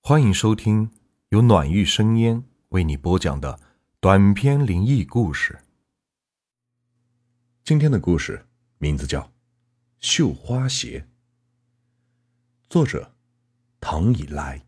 欢迎收听由暖玉生烟为你播讲的短篇灵异故事。今天的故事名字叫《绣花鞋》，作者唐以来。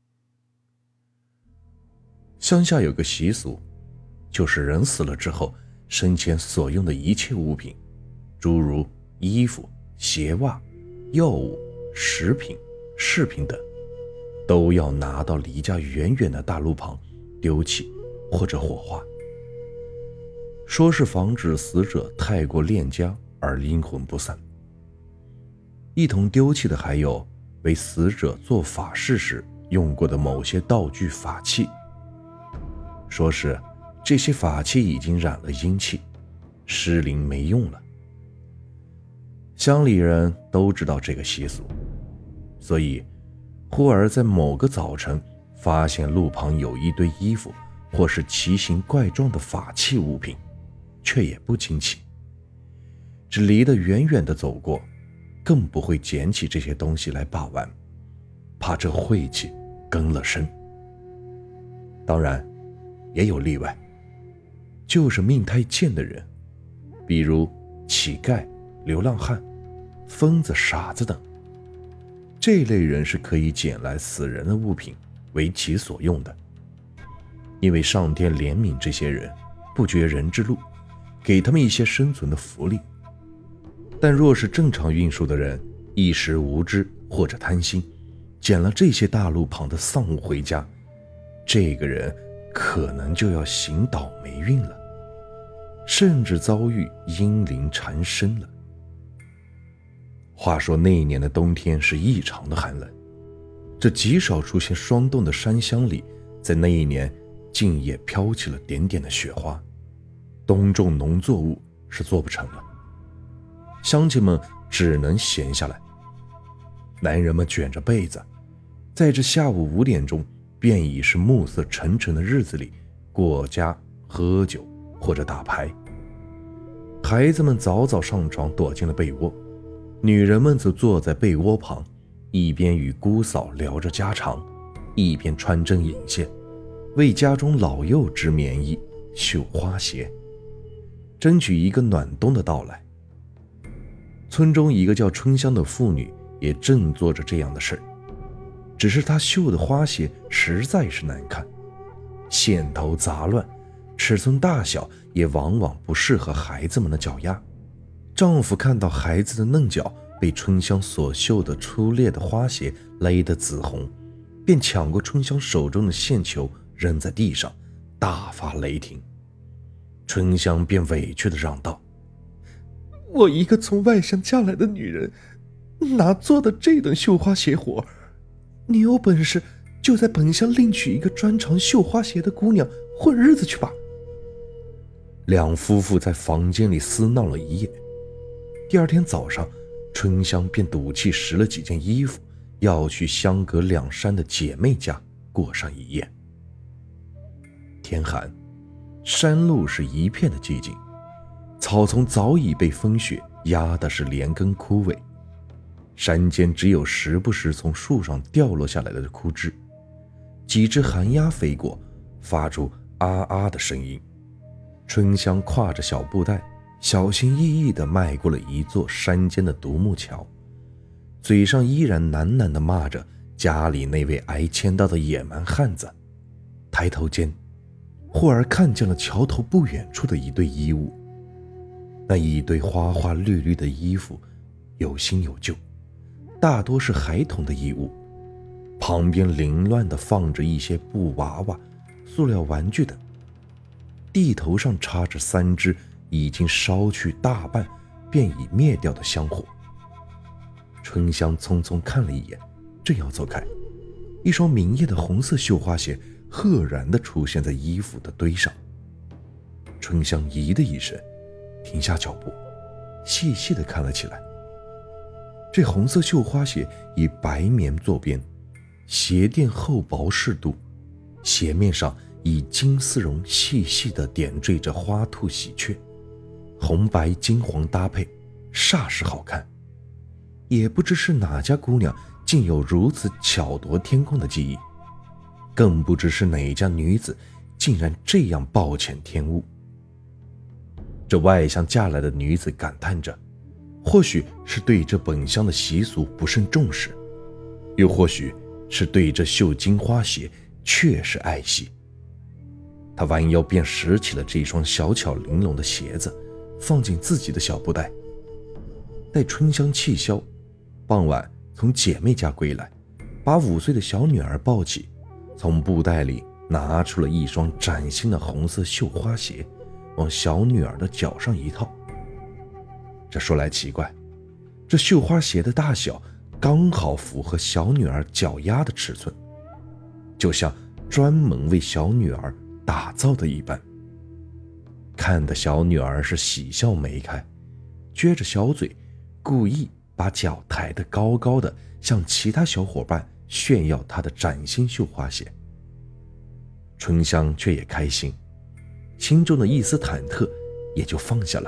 乡下有个习俗，就是人死了之后，生前所用的一切物品，诸如衣服、鞋袜、药物、食品、饰品等，都要拿到离家远远的大路旁丢弃或者火化，说是防止死者太过恋家而阴魂不散。一同丢弃的还有为死者做法事时用过的某些道具法器，说是这些法器已经染了阴气，失灵没用了。乡里人都知道这个习俗，所以忽而在某个早晨发现路旁有一堆衣服或是奇形怪状的法器物品，却也不惊奇，只离得远远地走过，更不会捡起这些东西来把玩，怕这晦气跟了身。当然也有例外，就是命太贱的人，比如乞丐、流浪汉、疯子、傻子等，这类人是可以捡来死人的物品为其所用的，因为上天怜悯这些人，不绝人之路，给他们一些生存的福利。但若是正常运输的人一时无知或者贪心，捡了这些大路旁的丧物回家，这个人可能就要行倒霉运了，甚至遭遇阴灵缠身了。话说那一年的冬天是异常的寒冷，这极少出现霜冻的山乡里，在那一年竟也飘起了点点的雪花，冬种农作物是做不成了，乡亲们只能闲下来。男人们卷着被子，在这下午5点钟便已是暮色沉沉的日子里过家喝酒或者打牌。孩子们早早上床躲进了被窝，女人们则坐在被窝旁，一边与姑嫂聊着家常，一边穿针引线，为家中老幼织棉衣、绣花鞋，争取一个暖冬的到来。村中一个叫春香的妇女也正做着这样的事，只是她绣的花鞋实在是难看，线头杂乱，尺寸大小也往往不适合孩子们的脚丫。丈夫看到孩子的嫩脚被春香所绣的粗劣的花鞋勒得紫红，便抢过春香手中的线球扔在地上，大发雷霆。春香便委屈地嚷道：“ 我一个从外乡嫁来的女人，哪做的这等绣花鞋活？你有本事就在本乡另娶一个专长绣花鞋的姑娘混日子去吧。” 两夫妇在房间里厮闹了一夜。第二天早上，春香便赌气拾了几件衣服，要去相隔2山的姐妹家过上一夜。天寒，山路是一片的寂静，草丛早已被风雪压得是连根枯萎，山间只有时不时从树上掉落下来的枯枝，几只寒鸦飞过，发出啊啊的声音。春香挎着小布袋，小心翼翼地迈过了一座山间的独木桥，嘴上依然喃喃地骂着家里那位挨千刀的野蛮汉子。抬头间，忽而看见了桥头不远处的一堆衣物，那一堆花花绿绿的衣服有新有旧，大多是孩童的衣物，旁边凌乱地放着一些布娃娃、塑料玩具等，地头上插着3只已经烧去大半便已灭掉的香火。春香匆匆看了一眼，正要走开，一双明艳的红色绣花鞋赫然地出现在衣服的堆上。春香咦的一声，停下脚步，细细地看了起来。这红色绣花鞋以白棉做边，鞋垫厚薄适度，鞋面上以金丝绒细细地点缀着花兔喜鹊，红白金黄搭配，煞是好看。也不知是哪家姑娘竟有如此巧夺天工的技艺， 更不知是哪一家女子竟然这样暴殄天物。这外乡嫁来的女子感叹着，或许是对这本乡的习俗不甚重视，又或许是对这绣金花鞋确实爱惜。她弯腰便拾起了这双小巧玲珑的鞋子，放进自己的小布袋。待春香气消，傍晚从姐妹家归来，把5岁的小女儿抱起，从布袋里拿出了一双崭新的红色绣花鞋，往小女儿的脚上一套。这说来奇怪，这绣花鞋的大小刚好符合小女儿脚丫的尺寸，就像专门为小女儿打造的一般。看得小女儿是喜笑眉开，撅着小嘴，故意把脚抬得高高的，向其他小伙伴炫耀她的崭新绣花鞋。春香却也开心，心中的一丝忐忑也就放下了。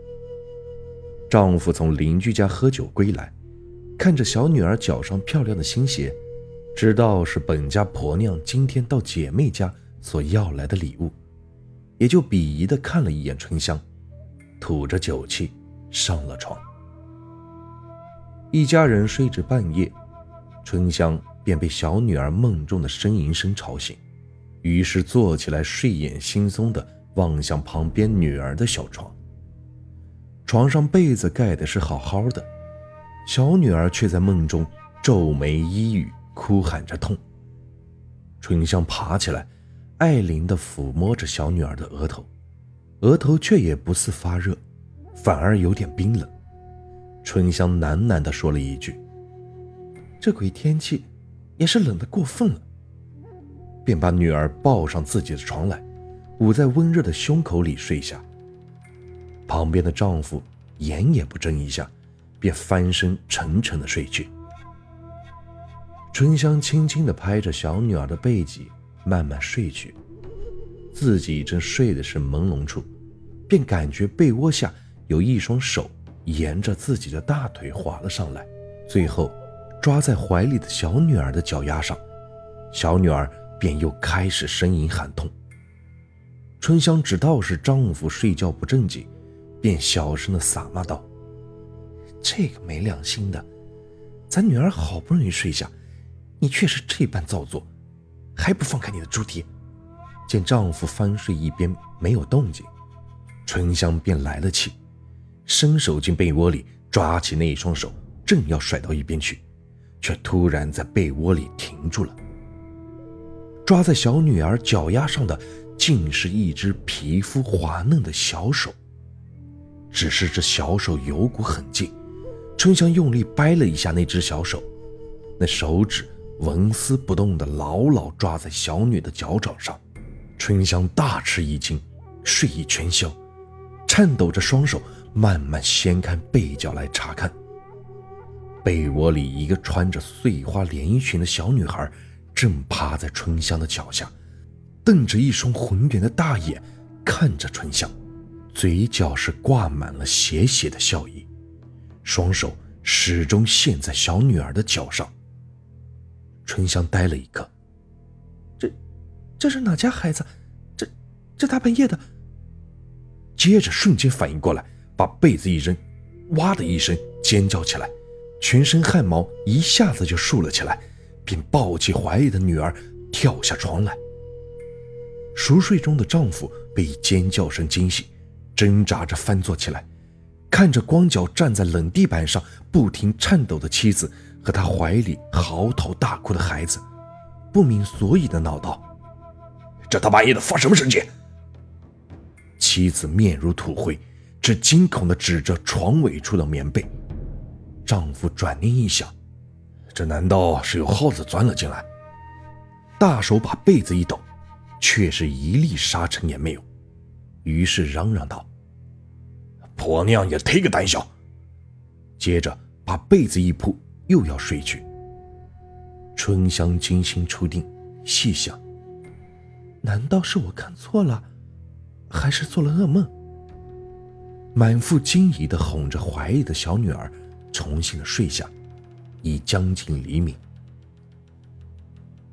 丈夫从邻居家喝酒归来，看着小女儿脚上漂亮的新鞋，知道是本家婆娘今天到姐妹家所要来的礼物，也就鄙夷地看了一眼春香，吐着酒气上了床。一家人睡至半夜，春香便被小女儿梦中的呻吟声吵醒，于是坐起来，睡眼惺忪地望向旁边女儿的小床。床上被子盖的是好好的，小女儿却在梦中皱眉依语，哭喊着痛。春香爬起来，爱怜地抚摸着小女儿的额头，额头却也不似发热，反而有点冰冷。春香喃喃地说了一句：“这鬼天气也是冷得过分了。”便把女儿抱上自己的床来，捂在温热的胸口里睡下。旁边的丈夫眼也不睁一下，便翻身沉沉地睡去。春香轻轻地拍着小女儿的背脊，慢慢睡去。自己正睡的是朦胧处，便感觉被窝下有一双手沿着自己的大腿滑了上来，最后抓在怀里的小女儿的脚丫上。小女儿便又开始呻吟喊痛。春香知道是丈夫睡觉不正经，便小声地撒骂道：“这个没良心的，咱女儿好不容易睡下，你却是这般造作，还不放开你的猪蹄！”见丈夫翻睡一边没有动静，春香便来了气，伸手进被窝里抓起那一双手，正要甩到一边去，却突然在被窝里停住了。抓在小女儿脚丫上的竟是一只皮肤滑嫩的小手，只是这小手有股狠劲，春香用力掰了一下那只小手，那手指纹丝不动地牢牢抓在小女的脚掌上。春香大吃一惊，睡意全消，颤抖着双手慢慢掀开被角来查看。被窝里一个穿着碎花连衣裙的小女孩正趴在春香的脚下，瞪着一双浑圆的大眼看着春香，嘴角是挂满了邪邪的笑意，双手始终陷在小女儿的脚上。春香呆了一刻，这是哪家孩子？这大半夜的。接着瞬间反应过来，把被子一扔，哇的一声尖叫起来，全身汗毛一下子就竖了起来，便抱起怀里的女儿跳下床来。熟睡中的丈夫被尖叫声惊醒，挣扎着翻坐起来，看着光脚站在冷地板上不停颤抖的妻子和他怀里嚎啕大哭的孩子，不明所以的恼道：“这大半夜的发什么神经？”妻子面如土灰，只惊恐地指着床尾处的棉被。丈夫转念一想，这难道是有耗子钻了进来？大手把被子一抖，却是一粒沙尘也没有，于是嚷嚷道：“婆娘也忒个胆小！”接着把被子一铺，又要睡去。春香精心初定，细想，难道是我看错了，还是做了噩梦？满腹惊疑地哄着怀里的小女儿重新的睡下，已将近黎明。第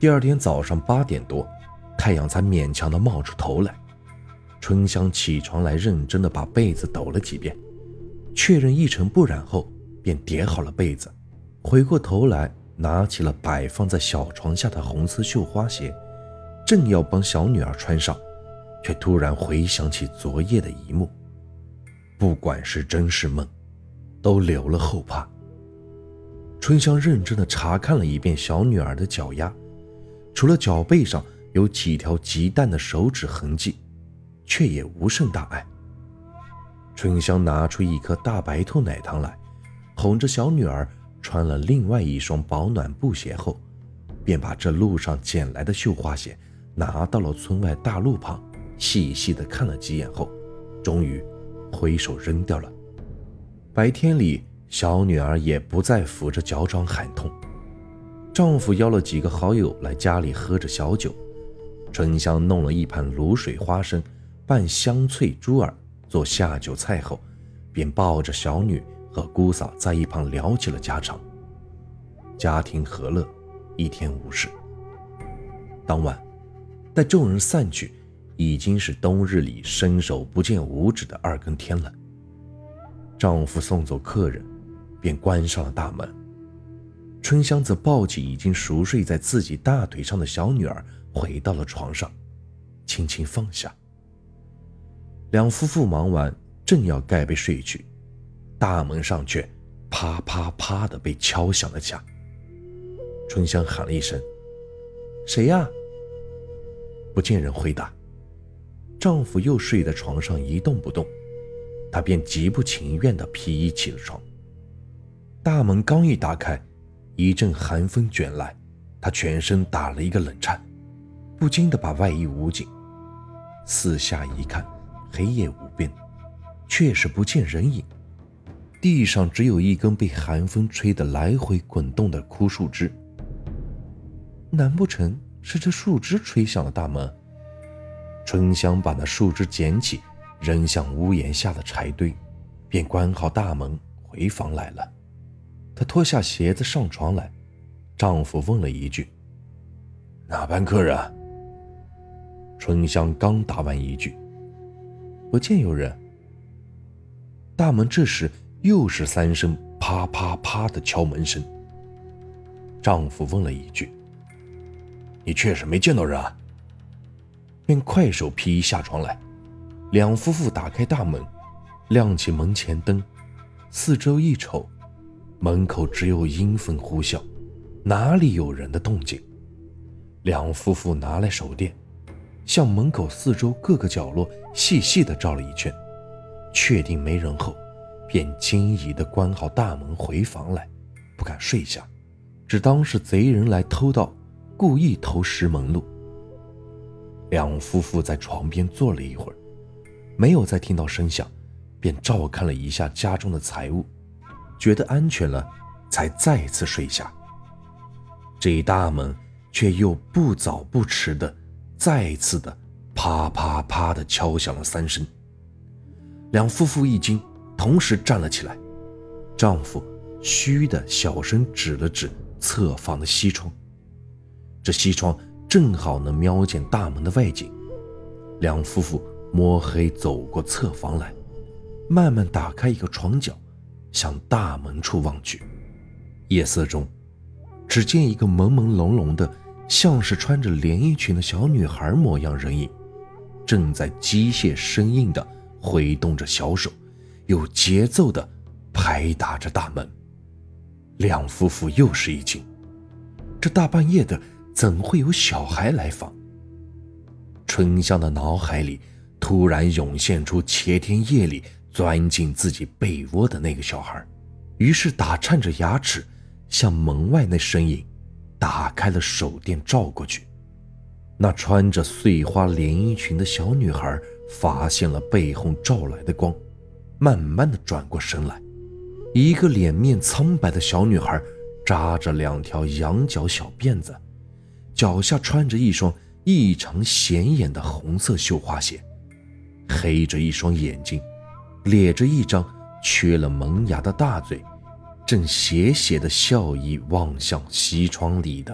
第二天早上8点多，太阳才勉强地冒出头来。春香起床来，认真地把被子抖了几遍，确认一尘不染后，便叠好了被子，回过头来拿起了摆放在小床下的红色绣花鞋，正要帮小女儿穿上，却突然回想起昨夜的一幕，不管是真是梦，都留了后怕。春香认真地查看了一遍小女儿的脚丫，除了脚背上有几条极淡的手指痕迹，却也无甚大碍。春香拿出一颗大白兔奶糖来，哄着小女儿穿了另外一双保暖布鞋后，便把这路上捡来的绣花鞋拿到了村外大路旁，细细地看了几眼后，终于挥手扔掉了。白天里，小女儿也不再扶着脚掌喊痛。丈夫邀了几个好友来家里喝着小酒，春香弄了一盘卤水花生拌香脆猪耳做下酒菜后，便抱着小女和姑嫂在一旁聊起了家常。家庭和乐，一天无事。当晚，待众人散去，已经是冬日里伸手不见五指的2更天了。丈夫送走客人，便关上了大门。春香则抱起已经熟睡在自己大腿上的小女儿，回到了床上，轻轻放下。两夫妇忙完，正要盖被睡去，大门上却啪啪啪地被敲响了下。春香喊了一声：“谁呀？”不见人回答。丈夫又睡在床上一动不动，她便极不情愿地披衣起了床。大门刚一打开，一阵寒风卷来，她全身打了一个冷颤，不禁地把外衣捂紧。四下一看，黑夜无边，确实不见人影。地上只有一根被寒风吹得来回滚动的枯树枝。难不成是这树枝吹响了大门？春香把那树枝捡起，扔向屋檐下的柴堆，便关好大门回房来了。她脱下鞋子上床来，丈夫问了一句：“哪班客人？”春香刚答完一句：“不见有人。”大门这时又是3声啪啪啪的敲门声。丈夫问了一句：“你确实没见到人啊？”便快手披衣下床来。两夫妇打开大门，亮起门前灯，四周一瞅，门口只有阴风呼啸，哪里有人的动静？两夫妇拿来手电，向门口四周各个角落细细地照了一圈，确定没人后，便惊疑地关好大门回房来，不敢睡下，只当是贼人来偷盗，故意偷石门路。两夫妇在床边坐了一会儿，没有再听到声响，便照看了一下家中的财物，觉得安全了，才再次睡下。这一大门却又不早不迟的再次的啪啪啪的敲响了3声。两夫妇一惊，同时站了起来。丈夫虚的小声指了指侧房的西窗，这西窗正好能瞄见大门的外景。两夫妇摸黑走过侧房来，慢慢打开一个床角，向大门处望去。夜色中，只见一个朦朦胧胧的像是穿着连衣裙的小女孩模样人影，正在机械生硬地挥动着小手，有节奏地拍打着大门。两夫妇又是一惊，这大半夜的怎会有小孩来访？春香的脑海里突然涌现出前天夜里钻进自己被窝的那个小孩，于是打颤着牙齿向门外那身影打开了手电照过去。那穿着碎花连衣裙的小女孩发现了背后照来的光，慢慢地转过身来。一个脸面苍白的小女孩扎着2条羊角小辫子，脚下穿着一双异常显眼的红色绣花鞋，黑着一双眼睛，咧着一张缺了门牙的大嘴，正斜斜的笑意望向西窗里的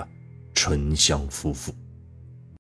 春香夫妇。